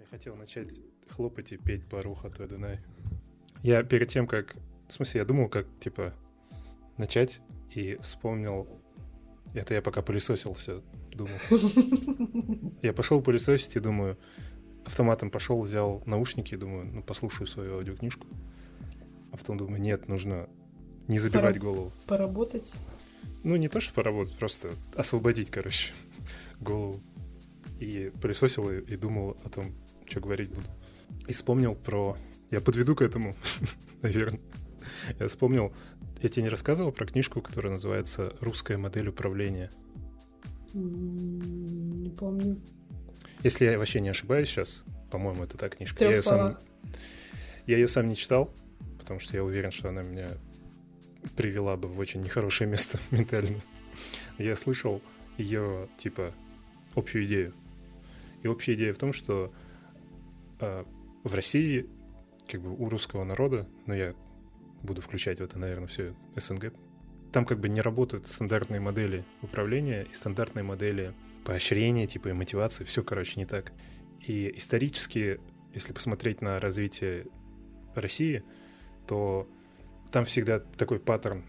хотел начать хлопать и петь Баруха Адонай. Я перед тем, как... В смысле, я думал, как, типа, начать, и вспомнил... Это я пока пылесосил все, думал. Я пошел пылесосить и думаю... Автоматом пошел, взял наушники, думаю, ну, послушаю свою аудиокнижку. А потом думаю, нет, нужно не забивать голову. Поработать? Ну, не то, что поработать, просто освободить, короче, голову. И пылесосил и думал о том, что говорить буду. И вспомнил про... Я подведу к этому, наверное. Я вспомнил... Я тебе не рассказывал про книжку, которая называется «Русская модель управления»? Не помню. Если я вообще не ошибаюсь сейчас, по-моему, это та книжка. Я ее сам не читал, потому что я уверен, что она меня привела бы в очень нехорошее место ментально. Я слышал ее, типа, общую идею. И общая идея в том, что в России, как бы у русского народа, но я буду включать в это, наверное, все СНГ, там как бы не работают стандартные модели управления и стандартные модели поощрения, типа, и мотивации. Все, короче, не так. И исторически, если посмотреть на развитие России, то там всегда такой паттерн.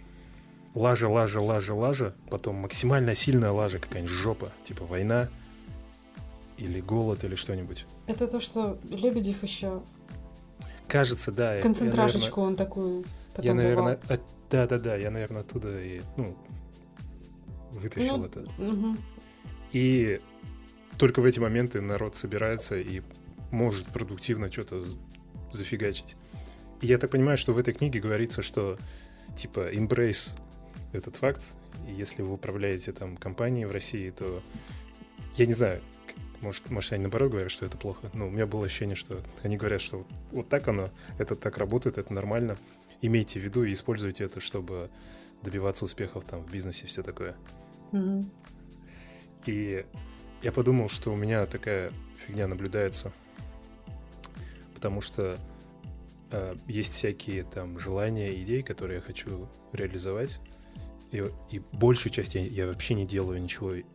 Лажа, потом максимально сильная лажа, какая-нибудь жопа, типа война или голод или что-нибудь. Это то, что Лебедев еще... Кажется, да. Концентрашечку он такую потом я, наверное, давал. Да, я, наверное, оттуда и, вытащил это. Угу. И только в эти моменты народ собирается и может продуктивно что-то зафигачить. И я так понимаю, что в этой книге говорится, что типа embrace этот факт, и если вы управляете там компанией в России, то я не знаю, может они наоборот говорят, что это плохо, но у меня было ощущение, что они говорят, что вот так оно, это так работает, это нормально, имейте в виду и используйте это, чтобы добиваться успехов там в бизнесе и все такое. Mm-hmm. И я подумал, что у меня такая фигня наблюдается, потому что есть всякие там желания, идеи, которые я хочу реализовать, и большую часть я вообще не делаю ничего, 90%,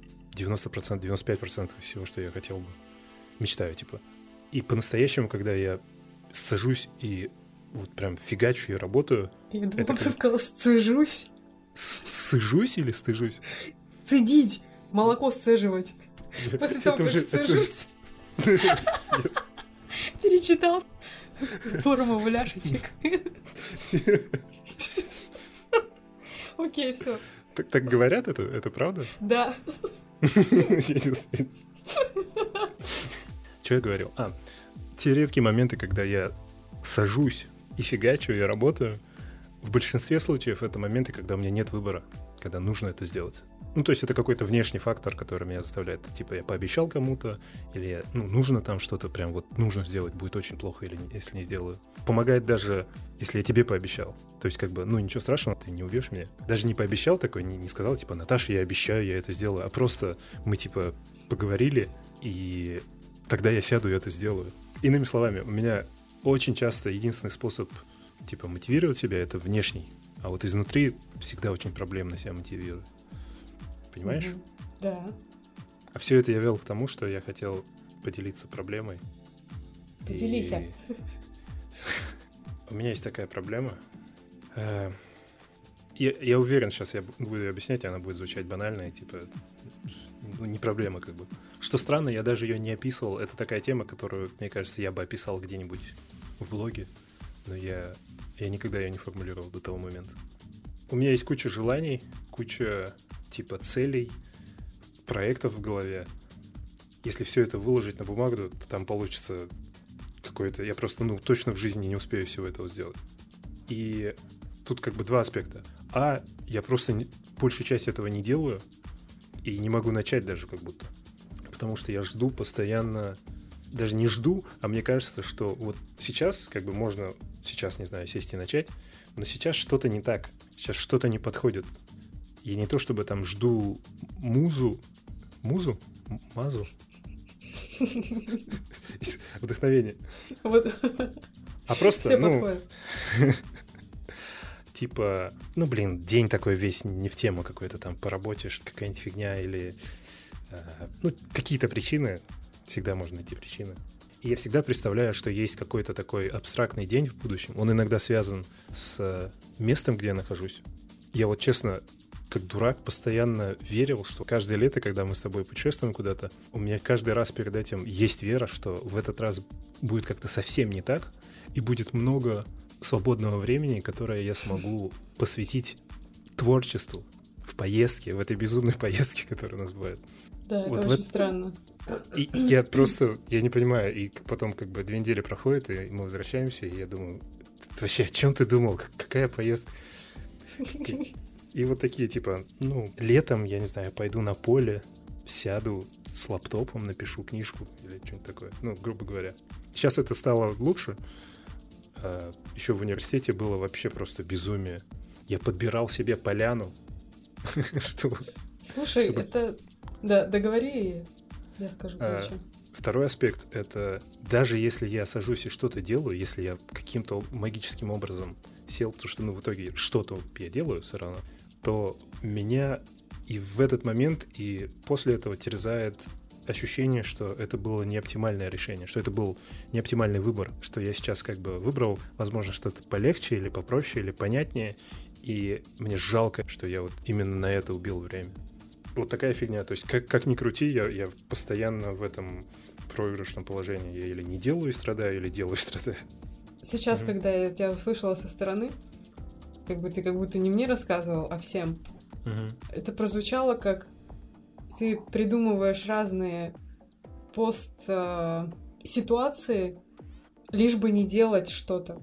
95% всего, что я хотел бы, мечтаю, типа. И по-настоящему, когда я сажусь и вот прям фигачу и работаю... Я думала, ты сказал «сцежусь». Сыжусь или стыжусь? Цедить! Молоко сцеживать. После того, как сцежусь. Перечитал форму бляшечек. Окей, все. Так говорят это правда? Да. Что я говорил? Те редкие моменты, когда я сажусь и фигачу, и работаю, в большинстве случаев это моменты, когда у меня нет выбора, когда нужно это сделать. Ну, то есть это какой-то внешний фактор, который меня заставляет, типа, я пообещал кому-то, или нужно там что-то прям вот нужно сделать, будет очень плохо, или если не сделаю. Помогает даже, если я тебе пообещал. То есть, как бы, ничего страшного, ты не убьешь меня. Даже не пообещал такой, не сказал, типа, Наташа, я обещаю, я это сделаю, а просто мы, типа, поговорили, и тогда я сяду и это сделаю. Иными словами, у меня очень часто единственный способ, типа, мотивировать себя — это внешний, а вот изнутри всегда очень проблемно себя мотивировать. Понимаешь? Да. А все это я вел к тому, что я хотел поделиться проблемой. Поделись. У меня есть такая проблема. Я уверен, сейчас я буду ее объяснять, и она будет звучать банально, и типа не проблема как бы. Что странно, я даже ее не описывал. Это такая тема, которую, мне кажется, я бы описал где-нибудь в блоге, но я никогда ее не формулировал до того момента. У меня есть куча желаний, куча типа целей, проектов в голове. Если все это выложить на бумагу, то там получится какое-то... Я просто, точно в жизни не успею всего этого сделать. И тут как бы два аспекта. Я просто большую часть этого не делаю и не могу начать даже как будто. Потому что я жду постоянно... Даже не жду, а мне кажется, что вот сейчас как бы можно... Сейчас, не знаю, сесть и начать, но сейчас что-то не так. Сейчас что-то не подходит. Я не то чтобы там жду мазу? Вдохновение. А просто, все подходит. Типа, день такой весь не в тему какой-то там по работе, какая-нибудь фигня или какие-то причины, всегда можно найти причины. И я всегда представляю, что есть какой-то такой абстрактный день в будущем. Он иногда связан с местом, где я нахожусь. Я вот честно, как дурак, постоянно верил, что каждое лето, когда мы с тобой путешествуем куда-то, у меня каждый раз перед этим есть вера, что в этот раз будет как-то совсем не так, и будет много свободного времени, которое я смогу посвятить творчеству в поездке, в этой безумной поездке, которая у нас бывает. Да, вот это очень странно. И я просто, я не понимаю, и потом как бы 2 недели проходит, и мы возвращаемся, и я думаю, вообще, о чем ты думал? Какая поездка? И вот такие, типа, ну, летом, я не знаю, пойду на поле, сяду с лаптопом, напишу книжку или что-нибудь такое. Ну, грубо говоря. Сейчас это стало лучше. Еще в университете было вообще просто безумие. Я подбирал себе поляну. Слушай, это... Да, договори, я скажу дальше. Второй аспект — это даже если я сажусь и что-то делаю, если я каким-то магическим образом сел, потому что, ну, в итоге что-то я делаю все равно, то меня и в этот момент, и после этого терзает ощущение, что это было не оптимальное решение, что это был не оптимальный выбор, что я сейчас как бы выбрал, возможно, что-то полегче или попроще, или понятнее, и мне жалко, что я вот именно на это убил время. Вот такая фигня. То есть как ни крути, я постоянно в этом проигрышном положении. Я или не делаю и страдаю, или делаю и страдаю. Сейчас, когда я тебя услышала со стороны, как бы ты как будто не мне рассказывал, а всем, это прозвучало как ты придумываешь разные пост-ситуации, лишь бы не делать что-то.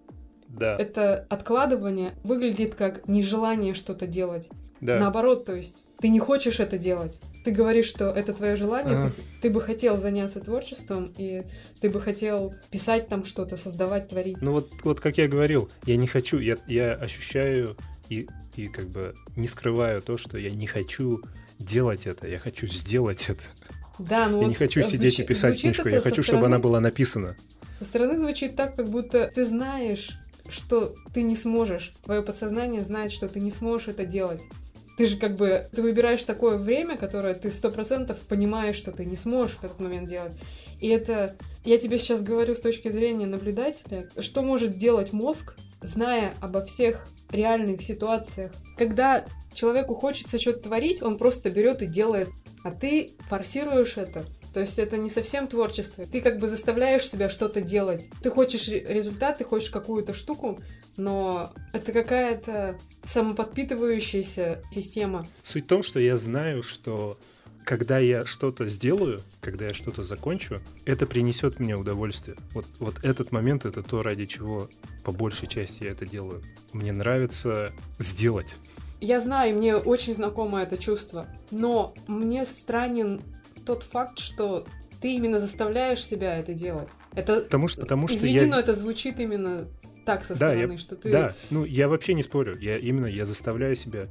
Да. Это откладывание выглядит как нежелание что-то делать. Да. Наоборот, то есть ты не хочешь это делать. Ты говоришь, что это твое желание, ты бы хотел заняться творчеством, и ты бы хотел писать там что-то, создавать, творить. Ну вот как я говорил, я не хочу, я ощущаю и как бы не скрываю то, что я не хочу делать это, я хочу сделать это. Да, ну я не хочу сидеть и писать книжку, я хочу, чтобы она была написана. Со стороны звучит так, как будто ты знаешь, что ты не сможешь. Твое подсознание знает, что ты не сможешь это делать. Ты же как бы, ты выбираешь такое время, которое ты 100% понимаешь, что ты не сможешь в этот момент делать. И это, я тебе сейчас говорю с точки зрения наблюдателя, что может делать мозг, зная обо всех реальных ситуациях. Когда человеку хочется что-то творить, он просто берет и делает, а ты форсируешь это. То есть это не совсем творчество. Ты как бы заставляешь себя что-то делать. Ты хочешь результат, ты хочешь какую-то штуку, но это какая-то самоподпитывающаяся система. Суть в том, что я знаю, что когда я что-то сделаю, когда я что-то закончу, это принесет мне удовольствие. Вот этот момент — это то, ради чего по большей части я это делаю. Мне нравится сделать. Я знаю, мне очень знакомо это чувство, но мне странен тот факт, что ты именно заставляешь себя это делать. Это, потому что извини, но это звучит именно так со стороны, что ты... Да, ну я вообще не спорю. Я заставляю себя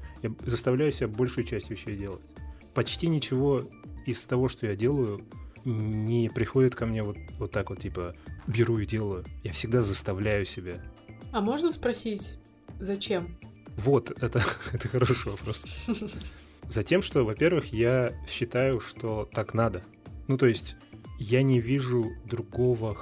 большую часть вещей делать. Почти ничего из того, что я делаю, не приходит ко мне вот так вот, типа, беру и делаю. Я всегда заставляю себя. А можно спросить, зачем? Вот, это хороший вопрос. Затем, что, во-первых, я считаю, что так надо. Ну, то есть, я не вижу другой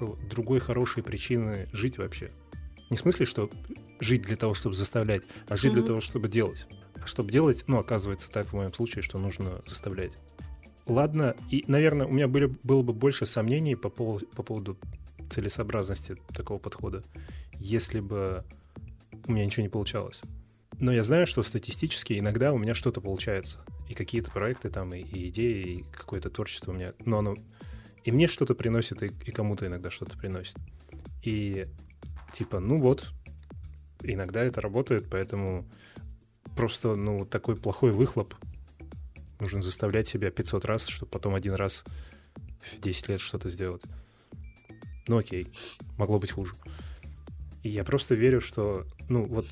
хорошей причины жить вообще. Не в смысле, что жить для того, чтобы заставлять, а жить для того, чтобы делать. А чтобы делать, ну, оказывается так в моем случае, что нужно заставлять. Ладно, и, наверное, у меня было бы больше сомнений по поводу целесообразности такого подхода, если бы у меня ничего не получалось. Но я знаю, что статистически иногда у меня что-то получается. И какие-то проекты там, и идеи, и какое-то творчество у меня. Но оно и мне что-то приносит, и кому-то иногда что-то приносит. И типа, ну вот, иногда это работает, поэтому просто, ну, такой плохой выхлоп. Нужно заставлять себя 500 раз, чтобы потом один раз в 10 лет что-то сделать. Ну окей, могло быть хуже. И я просто верю, что, ну вот,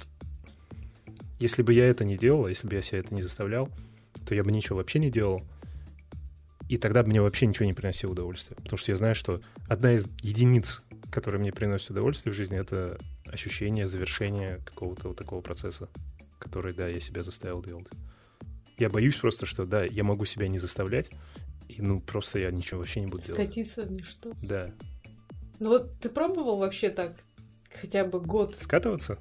если бы я это не делал, если бы я себя это не заставлял, то я бы ничего вообще не делал. И тогда бы мне вообще ничего не приносило удовольствия. Потому что я знаю, что одна из единиц, которая мне приносит удовольствие в жизни, это ощущение завершения какого-то вот такого процесса, который, да, я себя заставил делать. Я боюсь просто, что, да, я могу себя не заставлять, и просто я ничего вообще не буду делать. Скатиться в ничто. Да. Ну вот ты пробовал вообще так хотя бы год? Скатываться?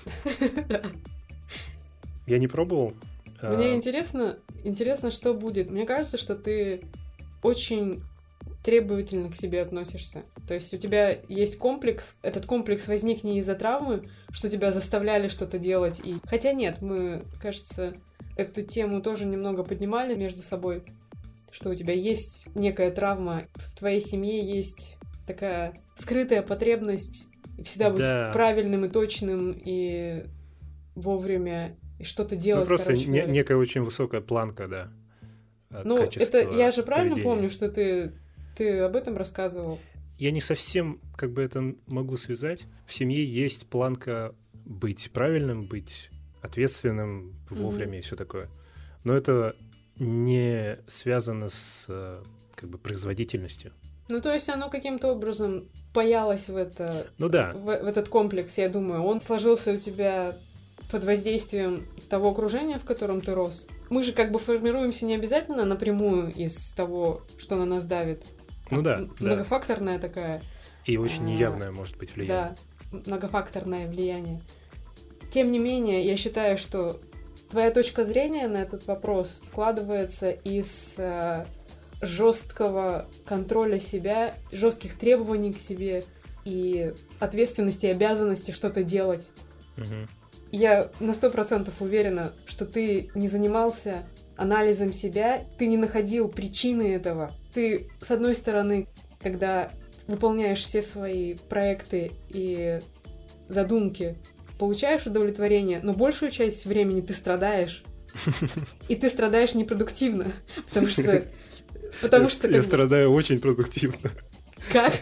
Я не пробовал. Мне интересно, что будет. Мне кажется, что ты очень требовательно к себе относишься. То есть у тебя есть комплекс, этот комплекс возник не из-за травмы, что тебя заставляли что-то делать. Хотя нет, мы, кажется, эту тему тоже немного поднимали между собой, что у тебя есть некая травма, в твоей семье есть такая скрытая потребность всегда быть правильным и точным, и вовремя, и что-то делать. Просто некая очень высокая планка, да. Это я же правильно помню, что ты об этом рассказывал? Я не совсем это могу связать. В семье есть планка быть правильным, быть ответственным вовремя и все такое. Но это не связано с производительностью. То есть оно каким-то образом паялось в этот комплекс, я думаю. Он сложился у тебя под воздействием того окружения, в котором ты рос. Мы же формируемся не обязательно напрямую из того, что на нас давит. Многофакторная такая. И очень неявное может быть влияние. Да, многофакторное влияние. Тем не менее, я считаю, что твоя точка зрения на этот вопрос складывается из жесткого контроля себя, жестких требований к себе и ответственности и обязанности что-то делать. Угу. Я на 100% уверена, что ты не занимался анализом себя, ты не находил причины этого. Ты, с одной стороны, когда выполняешь все свои проекты и задумки, получаешь удовлетворение, но большую часть времени ты страдаешь. И ты страдаешь непродуктивно, потому что... Я страдаю очень продуктивно. Как?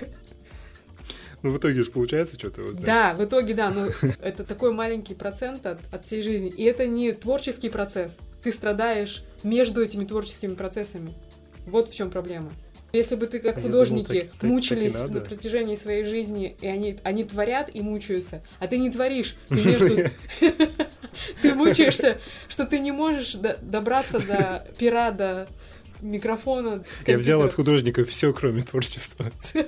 В итоге же получается что-то. Да, в итоге, да, но это такой маленький процент от всей жизни. И это не творческий процесс. Ты страдаешь между этими творческими процессами. Вот в чем проблема. Если бы ты, как художники, мучились на протяжении своей жизни, и они творят и мучаются, а ты не творишь, ты мучаешься, что ты не можешь добраться до пера, до микрофона. Я взял от художников все, кроме творчества.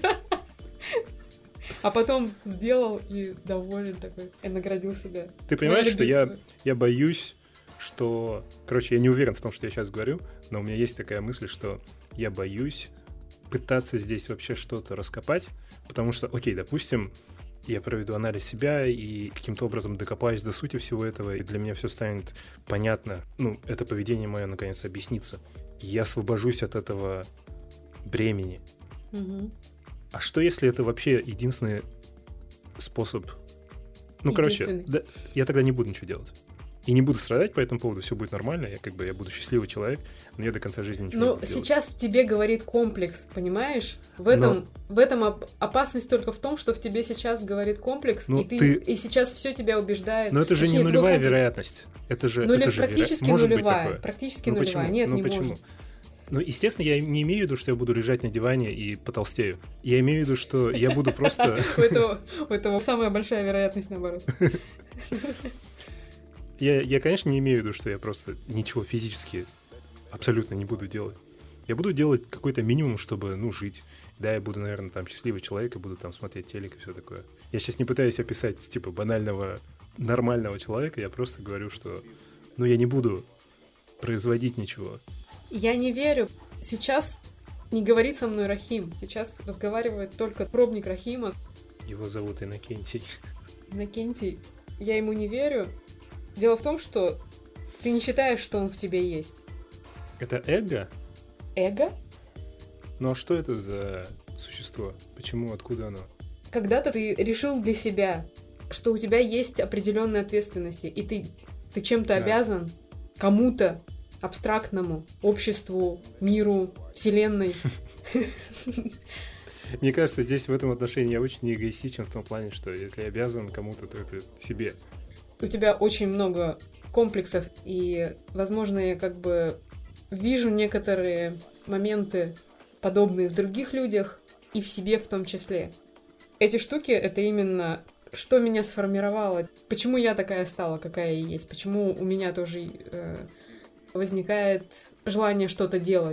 А потом сделал и доволен такой, и наградил себя. Ты понимаешь, что я боюсь, что... Короче, я не уверен в том, что я сейчас говорю, но у меня есть такая мысль, что я боюсь пытаться здесь вообще что-то раскопать, потому что, окей, допустим, я проведу анализ себя и каким-то образом докопаюсь до сути всего этого, и для меня все станет понятно. Это поведение мое наконец объяснится. И я освобожусь от этого бремени. Угу. А что, если это вообще единственный способ? Я тогда не буду ничего делать. И не буду страдать по этому поводу, все будет нормально, я буду счастливый человек, но я до конца жизни ничего не буду делать. Сейчас в тебе говорит комплекс, понимаешь? В этом опасность только в том, что в тебе сейчас говорит комплекс, и сейчас все тебя убеждает. Но это же не нулевая вероятность. Это же практически нулевая. Практически нулевая. Нет, не может. Естественно, я не имею в виду, что я буду лежать на диване и потолстею. Я имею в виду, что я буду просто... У этого самая большая вероятность, наоборот. Я, конечно, не имею в виду, что я просто ничего физически абсолютно не буду делать. Я буду делать какой-то минимум, чтобы, жить. Да, я буду, наверное, счастливый человек и буду смотреть телек и все такое. Я сейчас не пытаюсь описать, банального, нормального человека, я просто говорю, что, я не буду производить ничего. Я не верю. Сейчас не говорит со мной Рахим. Сейчас разговаривает только пробник Рахима. Его зовут Иннокентий. Иннокентий. Я ему не верю. Дело в том, что ты не считаешь, что он в тебе есть. Это эго? Эго? А что это за существо? Почему? Откуда оно? Когда-то ты решил для себя, что у тебя есть определенные ответственности, и ты чем-то обязан кому-то абстрактному, обществу, миру, вселенной. Мне кажется, здесь в этом отношении я очень эгоистичен в том плане, что если я обязан кому-то, то это себе. У тебя очень много комплексов, и, возможно, я вижу некоторые моменты, подобные в других людях, и в себе в том числе. Эти штуки — это именно что меня сформировало, почему я такая стала, какая я есть, почему у меня тоже возникает желание что-то делать.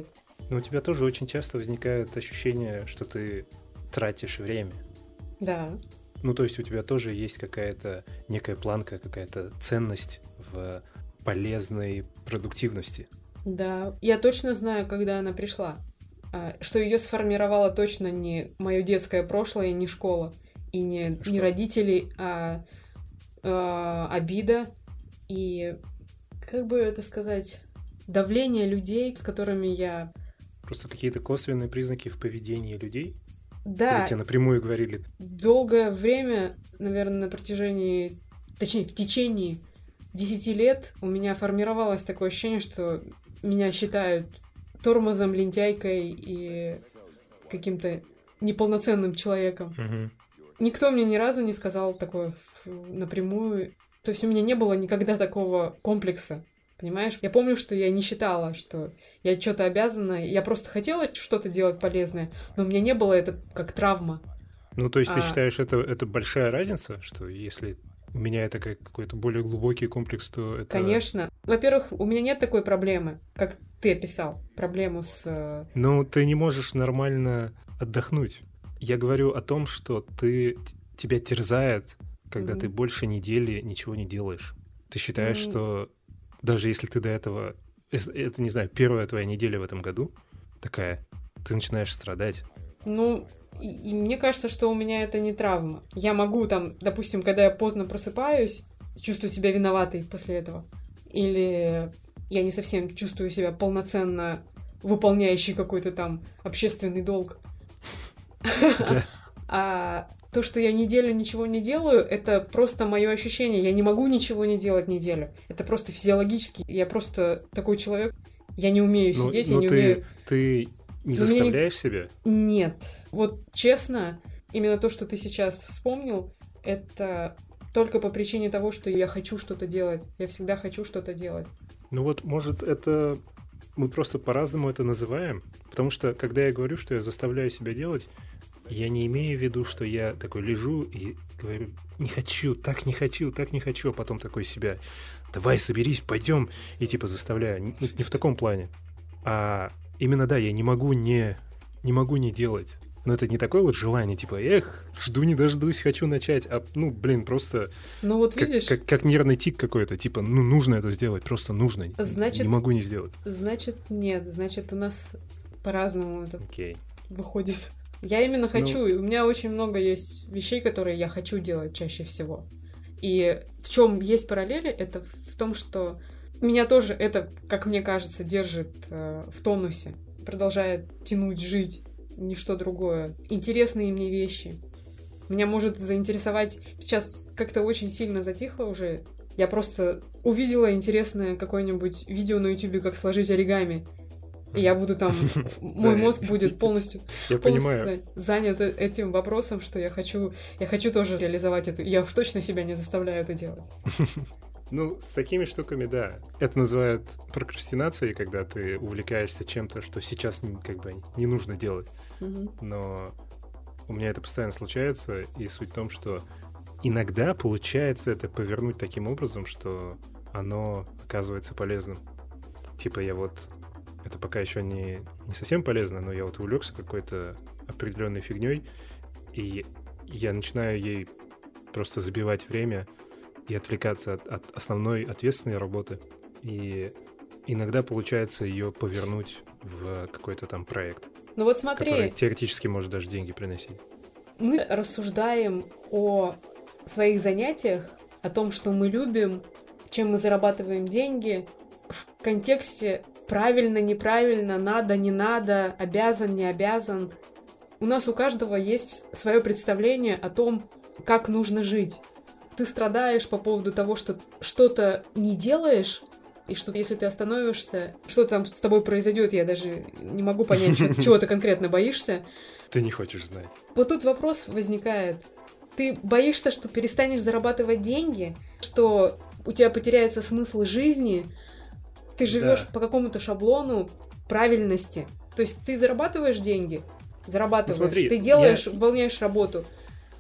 Но у тебя тоже очень часто возникает ощущение, что ты тратишь время. Да. Ну, то есть у тебя тоже есть какая-то некая планка, какая-то ценность в полезной продуктивности. Да, я точно знаю, когда она пришла. Что ее сформировало точно не мое детское прошлое, не школа, и не родители, а обида и, как бы это сказать, давление людей, с которыми я... Просто какие-то косвенные признаки в поведении людей? Да. Или тебе напрямую говорили? Долгое время, наверное, в течение 10 лет у меня формировалось такое ощущение, что меня считают тормозом, лентяйкой и каким-то неполноценным человеком. Угу. Никто мне ни разу не сказал такое напрямую. То есть у меня не было никогда такого комплекса, понимаешь? Я помню, что я не считала, что я что-то обязана. Я просто хотела что-то делать полезное, но у меня не было это как травма. Ну, то есть ты считаешь, это большая разница, что если у меня это какой-то более глубокий комплекс, то это... Конечно. Во-первых, у меня нет такой проблемы, как ты описал, проблему с... Ну, ты не можешь нормально отдохнуть. Я говорю о том, что тебя терзает, когда ты больше недели ничего не делаешь. Ты считаешь, что даже если ты до этого... Это, не знаю, первая твоя неделя в этом году такая, ты начинаешь страдать. Ну, и мне кажется, что у меня это не травма. Я могу там, допустим, когда я поздно просыпаюсь, чувствую себя виноватой после этого. Или я не совсем чувствую себя полноценно выполняющей какой-то там общественный долг. А то, что я неделю ничего не делаю, это просто мое ощущение. Я не могу ничего не делать неделю. Это просто физиологически. Я просто такой человек. Я не умею сидеть, я не умею... Ты не заставляешь себя? Нет. Вот честно, именно то, что ты сейчас вспомнил, это только по причине того, что я хочу что-то делать. Я всегда хочу что-то делать. Ну вот, может, это... Мы просто по-разному это называем. Потому что, когда я говорю, что я заставляю себя делать, я не имею в виду, что я такой лежу и говорю, не хочу, так не хочу, так не хочу, а потом такой себя, давай, соберись, пойдем, и типа заставляю. Не в таком плане. А именно, да, я не могу не делать. Но это не такое вот желание, типа, жду не дождусь, хочу начать, а, просто ну, вот видишь, как нервный тик какой-то, типа, нужно это сделать, просто нужно, значит, не могу не сделать. Значит, нет, значит, у нас по-разному это выходит. Я именно хочу, и у меня очень много есть вещей, которые я хочу делать чаще всего. И в чем есть параллели, это в том, что меня тоже это, как мне кажется, держит в тонусе, продолжает тянуть, жить, ничто другое. Интересные мне вещи. Меня может заинтересовать... Сейчас как-то очень сильно затихло уже. Я просто увидела интересное какое-нибудь видео на YouTube, как сложить оригами. И я буду там... Мой мозг будет полностью занят этим вопросом, что я хочу тоже реализовать это. Я уж точно себя не заставляю это делать. Ну, с такими штуками, да. Это называют прокрастинацией, когда ты увлекаешься чем-то, что сейчас как бы не нужно делать. Но у меня это постоянно случается, и суть в том, что иногда получается это повернуть таким образом, что оно оказывается полезным. Типа я вот... Это пока еще не совсем полезно, но я вот увлекся какой-то определенной фигней, и я начинаю ей просто забивать время и отвлекаться от основной ответственной работы. И иногда получается ее повернуть в какой-то там проект. Ну вот смотри. Который теоретически может даже деньги приносить. Мы рассуждаем о своих занятиях, о том, что мы любим, чем мы зарабатываем деньги, в контексте правильно, неправильно, надо, не надо, обязан, не обязан. У нас у каждого есть свое представление о том, как нужно жить. Ты страдаешь по поводу того, что что-то не делаешь, и что если ты остановишься, что там с тобой произойдет, я даже не могу понять, чего ты конкретно боишься. Ты не хочешь знать. Вот тут вопрос возникает. Ты боишься, что перестанешь зарабатывать деньги, что у тебя потеряется смысл жизни, ты живешь по какому-то шаблону правильности. То есть ты зарабатываешь деньги, ты делаешь, выполняешь работу.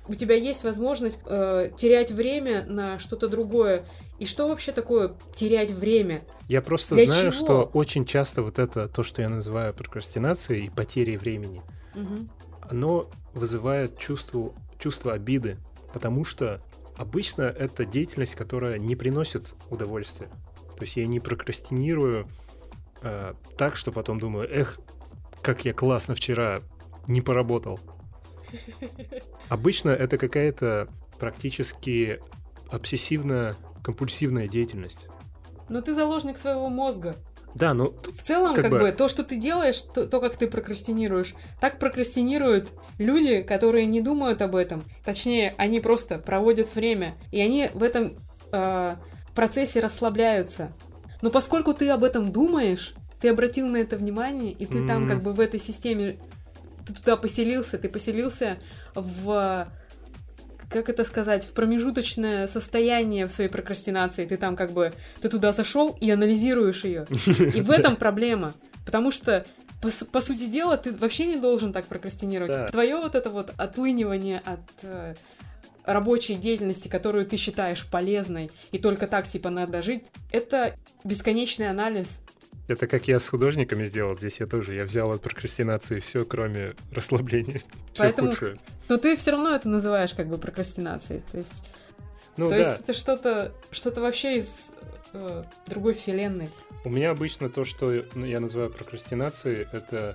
у тебя есть возможность терять время на что-то другое. И что вообще такое терять время? Я просто Для знаю, чего? что очень часто вот это, то, что я называю прокрастинацией и потерей времени, оно вызывает чувство обиды, потому что обычно это деятельность, которая не приносит удовольствия. То есть я не прокрастинирую так, что потом думаю, как я классно вчера не поработал. Обычно это какая-то практически обсессивно-компульсивная деятельность. Но ты заложник своего мозга. Да, но В целом, как бы, то, что ты делаешь, то, как ты прокрастинируешь, так прокрастинируют люди, которые не думают об этом. Точнее, они просто проводят время, и они в этом процессе расслабляются. Но поскольку ты об этом думаешь, ты обратил на это внимание, и ты там как бы в этой системе, ты туда поселился, ты поселился в... Как это сказать, в промежуточное состояние в своей прокрастинации. Ты там как бы, ты туда зашел и анализируешь ее. И в этом проблема. Потому что, по сути дела, ты вообще не должен так прокрастинировать. Да. Твое вот это вот отлынивание от рабочей деятельности, которую ты считаешь полезной, и только так, типа, надо жить, это бесконечный анализ. это как я с художниками сделал. Здесь я взял от прокрастинации все, кроме расслабления. Все Поэтому... худшее. Но ты все равно это называешь как бы прокрастинацией. То есть, есть это что-то вообще из другой вселенной. У меня обычно то, что я называю прокрастинацией, это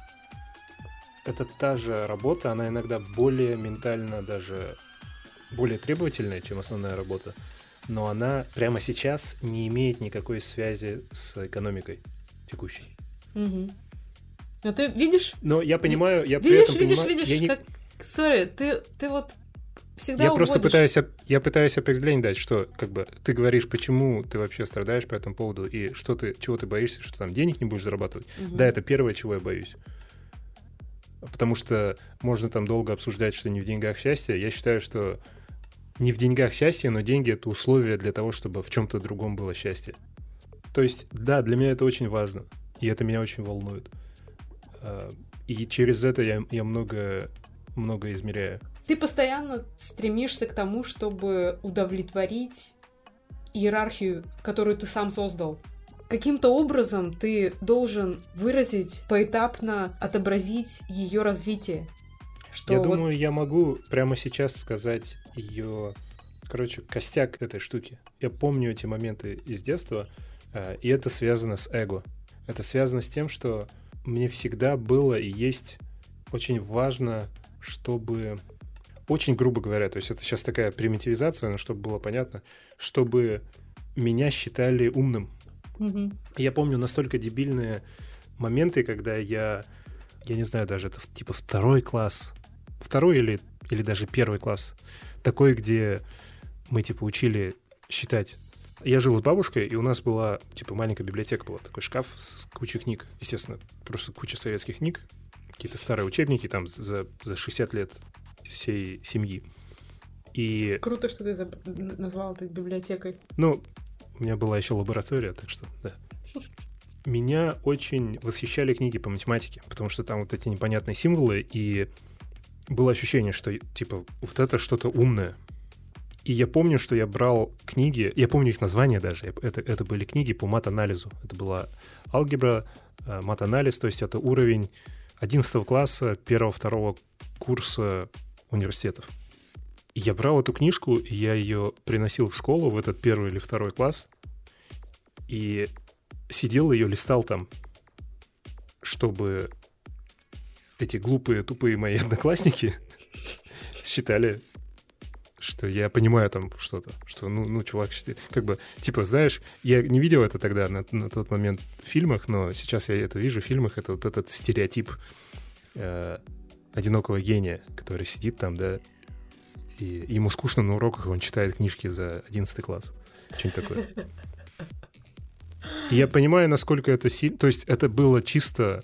та же работа, она иногда более ментально даже более требовательная, чем основная работа, но она прямо сейчас не имеет никакой связи с экономикой текущей. Угу. Но ты видишь... Но я понимаю... Видишь, как... Сори, ты вот всегда я уводишь... просто пытаюсь определение дать, что как бы ты говоришь, почему ты вообще страдаешь по этому поводу, и чего ты боишься, что там денег не будешь зарабатывать. Угу. Да, это первое, чего я боюсь. Потому что можно там долго обсуждать, что не в деньгах счастье. Я считаю, что не в деньгах счастье, но деньги — это условие для того, чтобы в чем-то другом было счастье. То есть, да, для меня это очень важно, и это меня очень волнует. И через это я много измеряю. Ты постоянно стремишься к тому, чтобы удовлетворить иерархию, которую ты сам создал. Каким-то образом ты должен выразить, поэтапно отобразить ее развитие. Я думаю, я могу прямо сейчас сказать ее, костяк этой штуки. Я помню эти моменты из детства, и это связано с эго. Это связано с тем, что мне всегда было и есть очень важно, чтобы... Очень грубо говоря, то есть это сейчас такая примитивизация, но чтобы было понятно, чтобы меня считали умным. Угу. Я помню настолько дебильные моменты, когда я не знаю, даже это типа второй или даже первый класс, такой, где мы типа учили считать. Я жил с бабушкой, и у нас была типа маленькая библиотека, была такой шкаф с кучей книг, естественно, просто куча советских книг, какие-то старые учебники там за 60 лет всей семьи. И... Круто, что ты назвал это библиотекой. Ну, у меня была еще лаборатория, так что, да. Меня очень восхищали книги по математике, потому что там вот эти непонятные символы, и было ощущение, что, типа, вот это что-то умное. И я помню, что я брал книги, я помню их названия даже, это были книги по мат-анализу. Это была алгебра, мат-анализ, то есть это уровень 11 класса, 1-2 курса университетов. И я брал эту книжку, и я ее приносил в школу, в этот 1 или 2 класс, и сидел ее, листал там, чтобы эти глупые, тупые мои одноклассники считали, что я понимаю там что-то, что, чувак, как бы, типа, знаешь, я не видел это тогда на тот момент в фильмах, но сейчас я это вижу в фильмах, это вот этот стереотип одинокого гения, который сидит там, да, и ему скучно на уроках, и он читает книжки за 11 класс. Что-нибудь такое. И я понимаю, насколько это сильно... То есть это было чисто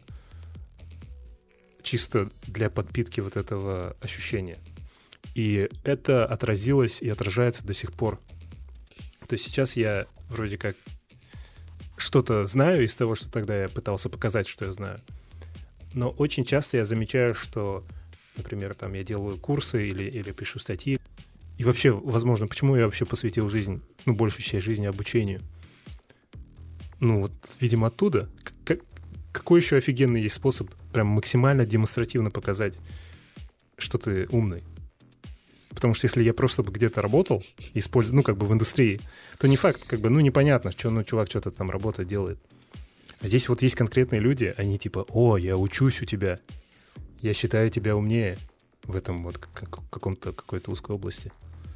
для подпитки вот этого ощущения. И это отразилось и отражается до сих пор. То есть сейчас я вроде как что-то знаю из того, что тогда я пытался показать, что я знаю. Но очень часто я замечаю, что например, там я делаю курсы или пишу статьи. И вообще, возможно, почему я вообще посвятил жизнь, большую часть жизни обучению? Вот, видимо, оттуда. Какой еще офигенный есть способ прям максимально демонстративно показать, что ты умный? Потому что если я просто бы где-то работал, использую, в индустрии, то не факт, непонятно, что, чувак что-то там работает, делает. А здесь вот есть конкретные люди, они типа, я учусь у тебя, я считаю тебя умнее в этом вот какой-то узкой области.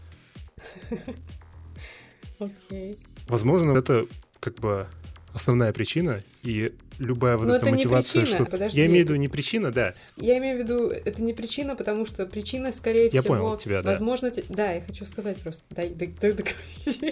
Окей. Возможно, это основная причина, и любая вот эта мотивация, причина, что... Подожди. Я имею в виду не причина, да. Я имею в виду, это не причина, потому что причина, скорее всего... Я понял тебя, да. Возможно, да, я хочу сказать просто. Дай договорить.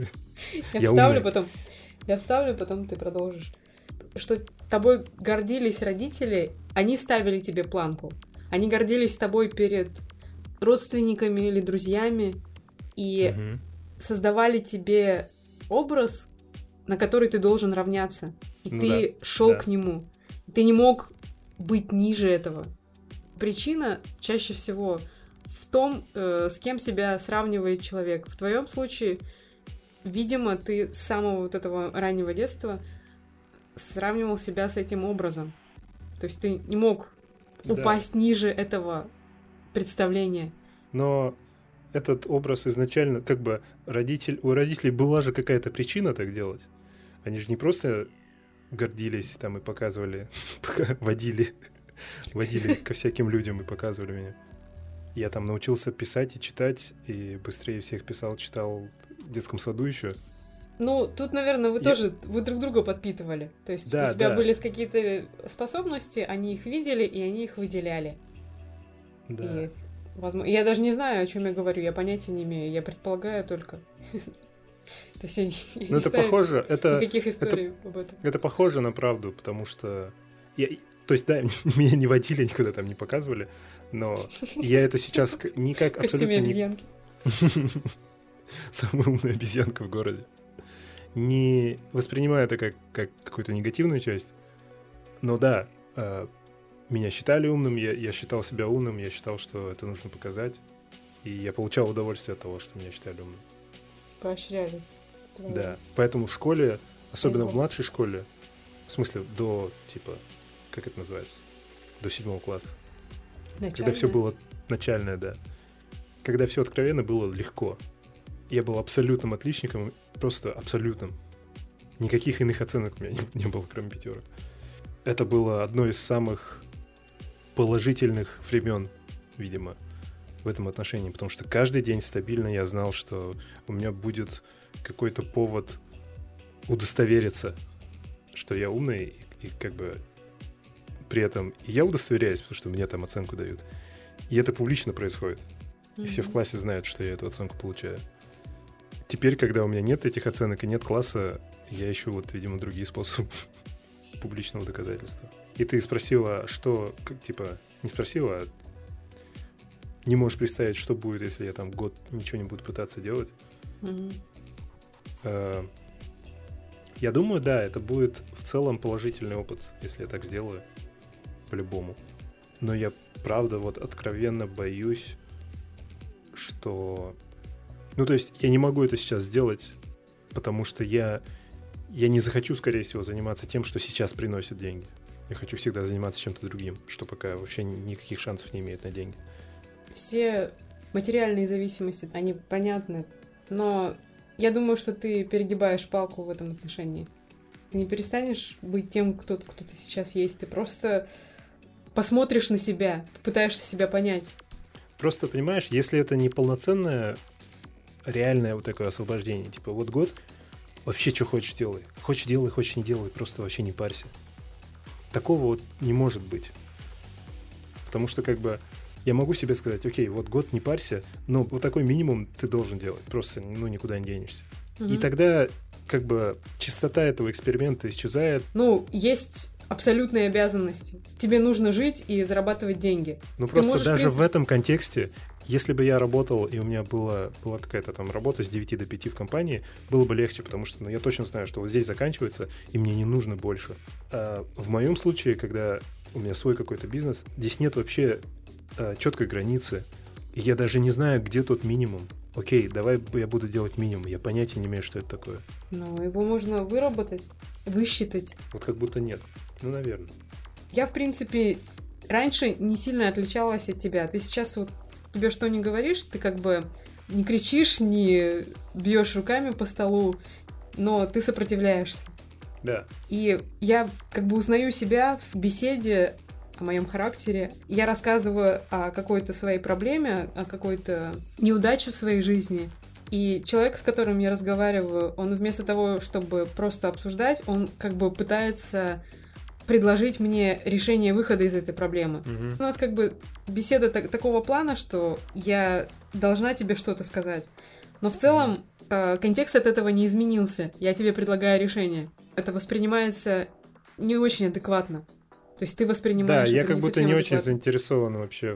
Я вставлю, потом ты продолжишь. Что тобой гордились родители, они ставили тебе планку. Они гордились тобой перед родственниками или друзьями и создавали тебе образ, на который ты должен равняться. И ты шел к нему. Ты не мог быть ниже этого. Причина чаще всего в том, с кем себя сравнивает человек. В твоем случае, видимо, ты с самого вот этого раннего детства сравнивал себя с этим образом. То есть ты не мог упасть ниже этого представления. Но этот образ изначально, у родителей была же какая-то причина так делать. Они же не просто гордились там и показывали, водили ко всяким людям и показывали меня. Я там научился писать и читать, и быстрее всех читал в детском саду еще. Тут, наверное, вы друг друга подпитывали. То есть у тебя были какие-то способности, они их видели, и они их выделяли. Да. И, возможно, я даже не знаю, о чем я говорю, я понятия не имею, я предполагаю только. То есть я это похоже, никаких историй об этом. Это похоже на правду, потому что... меня не водили, никуда там не показывали, но я это сейчас никак абсолютно не... обезьянки. Самая умная обезьянка в городе. Не воспринимаю это как какую-то негативную часть, но да, меня считали умным, я считал себя умным, я считал, что это нужно показать, и я получал удовольствие от того, что меня считали умным. Поощряли. Да, поэтому в школе, особенно в младшей школе, в смысле до, как это называется, до 7 класса, когда все было начальное, да, когда все откровенно было легко. Я был абсолютным отличником, просто абсолютным. Никаких иных оценок у меня не было, кроме 5. Это было одно из самых положительных времен, видимо, в этом отношении, потому что каждый день стабильно я знал, что у меня будет какой-то повод удостовериться, что я умный, и при этом и я удостоверяюсь, потому что мне там оценку дают. И это публично происходит. И все в классе знают, что я эту оценку получаю. Теперь, когда у меня нет этих оценок и нет класса, я ищу, видимо, другие способы публичного доказательства. И ты спросила, что, не спросила, а не можешь представить, что будет, если я там год ничего не буду пытаться делать. Я думаю, да, это будет в целом положительный опыт, если я так сделаю, по-любому. Но я, правда, откровенно боюсь, что... то есть я не могу это сейчас сделать, потому что я не захочу, скорее всего, заниматься тем, что сейчас приносит деньги. Я хочу всегда заниматься чем-то другим, что пока вообще никаких шансов не имеет на деньги. Все материальные зависимости, они понятны, но я думаю, что ты перегибаешь палку в этом отношении. Ты не перестанешь быть тем, кто ты сейчас есть, ты просто посмотришь на себя, попытаешься себя понять. Просто, понимаешь, если это не полноценное реальное такое освобождение, год, вообще что хочешь делай. Хочешь делай, хочешь не делай, просто вообще не парься. Такого не может быть. Потому что я могу себе сказать, окей, год не парься, но такой минимум ты должен делать, просто никуда не денешься. И тогда чистота этого эксперимента исчезает. Есть абсолютные обязанности. Тебе нужно жить и зарабатывать деньги. Просто даже в этом контексте, если бы я работал, и у меня была какая-то там работа с 9 до 5 в компании, было бы легче, потому что я точно знаю, что здесь заканчивается, и мне не нужно больше. А в моем случае, когда у меня свой какой-то бизнес, здесь нет вообще четкой границы. И я даже не знаю, где тот минимум. Окей, давай я буду делать минимум. Я понятия не имею, что это такое. Ну, его можно выработать, высчитать. Вот как будто нет. Ну, наверное. Я, в принципе, раньше не сильно отличалась от тебя. Ты сейчас вот тебе что не говоришь, ты как бы не кричишь, не бьешь руками по столу, но ты сопротивляешься. Да. И я как бы узнаю себя в беседе о моем характере. Я рассказываю о какой-то своей проблеме, о какой-то неудаче в своей жизни. И человек, с которым я разговариваю, он вместо того, чтобы просто обсуждать, он как бы пытается предложить мне решение выхода из этой проблемы. Угу. У нас как бы беседа такого плана, что я должна тебе что-то сказать. Но в целом контекст от этого не изменился. Я тебе предлагаю решение. Это воспринимается не очень адекватно. То есть ты воспринимаешь... Да, я это как не будто совсем не адекватно. очень заинтересован вообще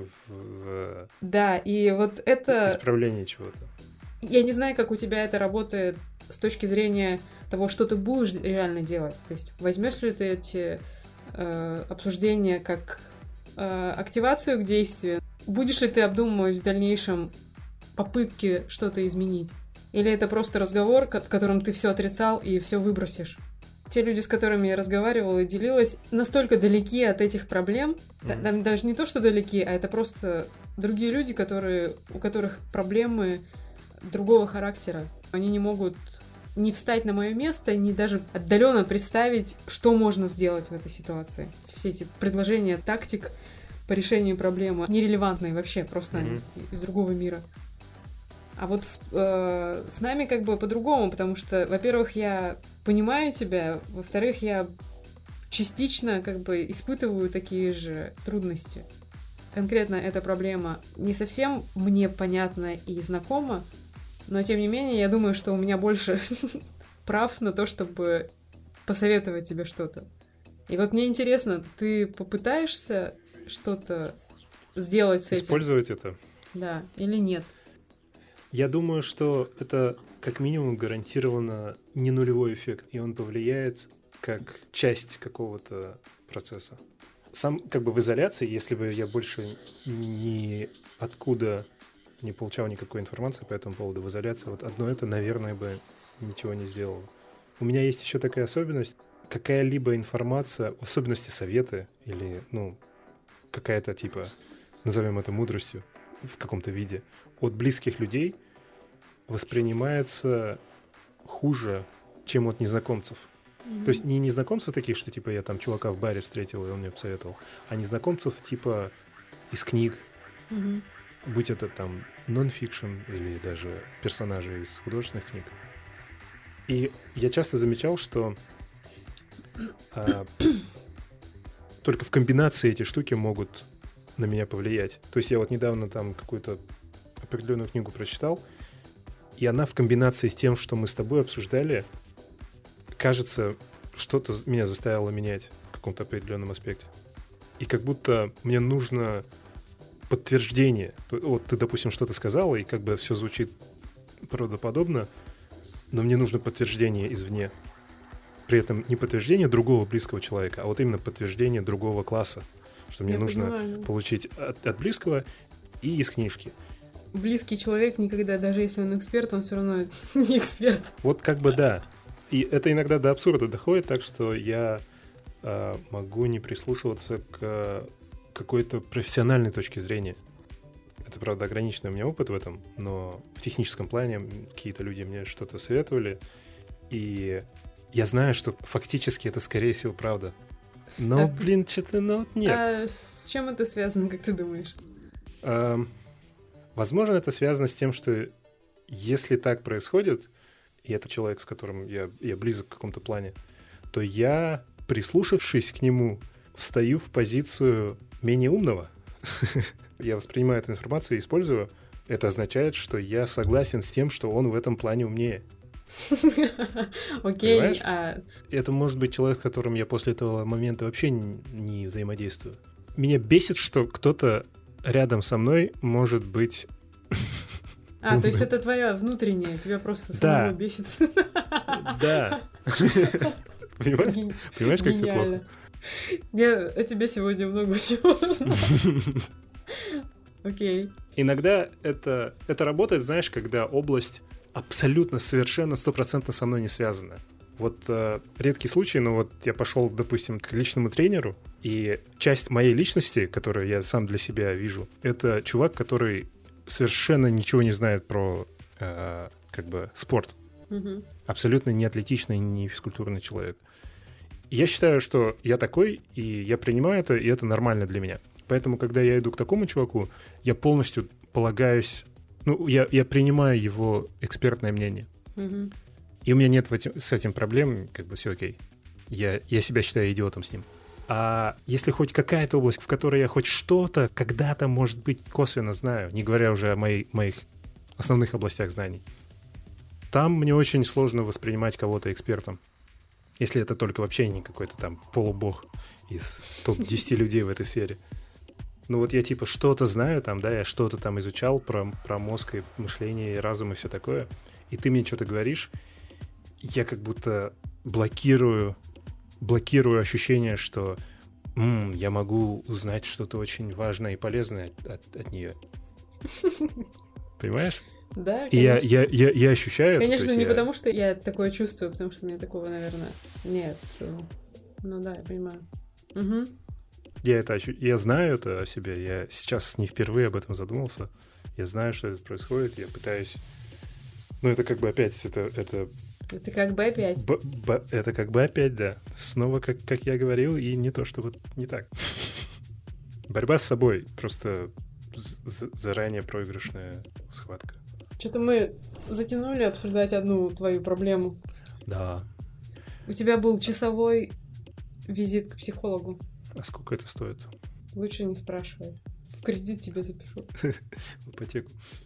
в Да, и вот это... исправлении чего-то. Я не знаю, как у тебя это работает с точки зрения того, что ты будешь реально делать. То есть возьмешь ли ты эти обсуждения как активацию к действию? Будешь ли ты обдумывать в дальнейшем попытки что-то изменить? Или это просто разговор, в котором ты все отрицал и все выбросишь? Те люди, с которыми я разговаривала и делилась, настолько далеки от этих проблем, там даже не то, что далеки, а это просто другие люди, у которых проблемы другого характера. Они не могут не встать на мое место, не даже отдаленно представить, что можно сделать в этой ситуации. Все эти предложения тактик по решению проблемы нерелевантные вообще, просто они из другого мира. А вот с нами как бы по-другому, потому что, во-первых, я понимаю тебя, во-вторых, я частично как бы испытываю такие же трудности. Конкретно эта проблема не совсем мне понятна и знакома, но, тем не менее, я думаю, что у меня больше прав на то, чтобы посоветовать тебе что-то. И вот мне интересно, ты попытаешься что-то сделать с этим? Использовать это? Да, или нет? Я думаю, что это как минимум гарантированно не нулевой эффект, и он повлияет как часть какого-то процесса. Сам как бы в изоляции, если бы я больше ни откуда не получал никакой информации по этому поводу в изоляции, вот одно это, наверное, бы ничего не сделало. У меня есть еще такая особенность, какая-либо информация, в особенности советы или, какая-то типа, назовем это мудростью в каком-то виде, от близких людей воспринимается хуже, чем от незнакомцев. То есть не незнакомцев таких, что типа я там чувака в баре встретил, и он мне посоветовал, а незнакомцев типа из книг, будь это там нон-фикшн или даже персонажи из художественных книг. И я часто замечал, что только в комбинации эти штуки могут на меня повлиять. То есть я вот недавно там какую-то определенную книгу прочитал, и она в комбинации с тем, что мы с тобой обсуждали, кажется, что-то меня заставило менять в каком-то определенном аспекте. И как будто мне нужно подтверждение. Вот ты, допустим, что-то сказала, и как бы все звучит правдоподобно, но мне нужно подтверждение извне. При этом не подтверждение другого близкого человека, а вот именно подтверждение другого класса, что мне нужно получить от близкого и из книжки. Близкий человек никогда, даже если он эксперт, он все равно не эксперт. Вот как бы да. И это иногда до абсурда доходит, так что я могу не прислушиваться к какой-то профессиональной точке зрения. Это, правда, ограниченный у меня опыт в этом, но в техническом плане какие-то люди мне что-то советовали, и я знаю, что фактически это, скорее всего, правда. Но, что-то, нет. А с чем это связано, как ты думаешь? Возможно, это связано с тем, что если так происходит, и это человек, с которым я близок в каком-то плане, то я, прислушавшись к нему, встаю в позицию менее умного. Я воспринимаю эту информацию и использую. Это означает, что я согласен с тем, что он в этом плане умнее. Окей. Это может быть человек, с которым я после этого момента вообще не взаимодействую. Меня бесит, что кто-то рядом со мной может быть... то есть это твоя внутренняя, тебя просто самого бесит. Да. Понимаешь, как все плохо? Я о тебе сегодня много чего знаю. Окей. Иногда это работает, знаешь, когда область абсолютно, совершенно, 100% со мной не связана. Вот редкий случай, но вот я пошел, допустим, к личному тренеру, и часть моей личности, которую я сам для себя вижу, это чувак, который совершенно ничего не знает про как бы спорт. Угу. Абсолютно не атлетичный, не физкультурный человек. Я считаю, что я такой, и я принимаю это, и это нормально для меня. Поэтому, когда я иду к такому чуваку, я полностью полагаюсь, ну, я принимаю его экспертное мнение. Угу. И у меня нет с этим проблем, как бы все окей. Я себя считаю идиотом с ним. А если хоть какая-то область, в которой я хоть что-то когда-то, может быть, косвенно знаю, не говоря уже о моих основных областях знаний, там мне очень сложно воспринимать кого-то экспертом. Если это только вообще не какой-то там полубог из топ-10 людей в этой сфере. Ну вот я типа что-то знаю там, да, я что-то там изучал про мозг и мышление, и разум, и все такое, и ты мне что-то говоришь, я как будто блокирую ощущение, что я могу узнать что-то очень важное и полезное от нее. Понимаешь? Да, и я ощущаю это. Конечно, не потому, что я такое чувствую, потому что у меня такого, наверное, нет. Ну да, я понимаю. Угу. Я знаю это о себе. Я сейчас не впервые об этом задумался. Я знаю, что это происходит. Я пытаюсь... Ну, это как бы опять... Это как бы опять. Это как бы опять, да. Снова, как я говорил, и не то, что вот не так. Борьба с собой. Просто заранее проигрышная схватка. Что-то мы затянули обсуждать одну твою проблему. Да. У тебя был часовой визит к психологу. А сколько это стоит? Лучше не спрашивай. В кредит тебе запишу. В ипотеку.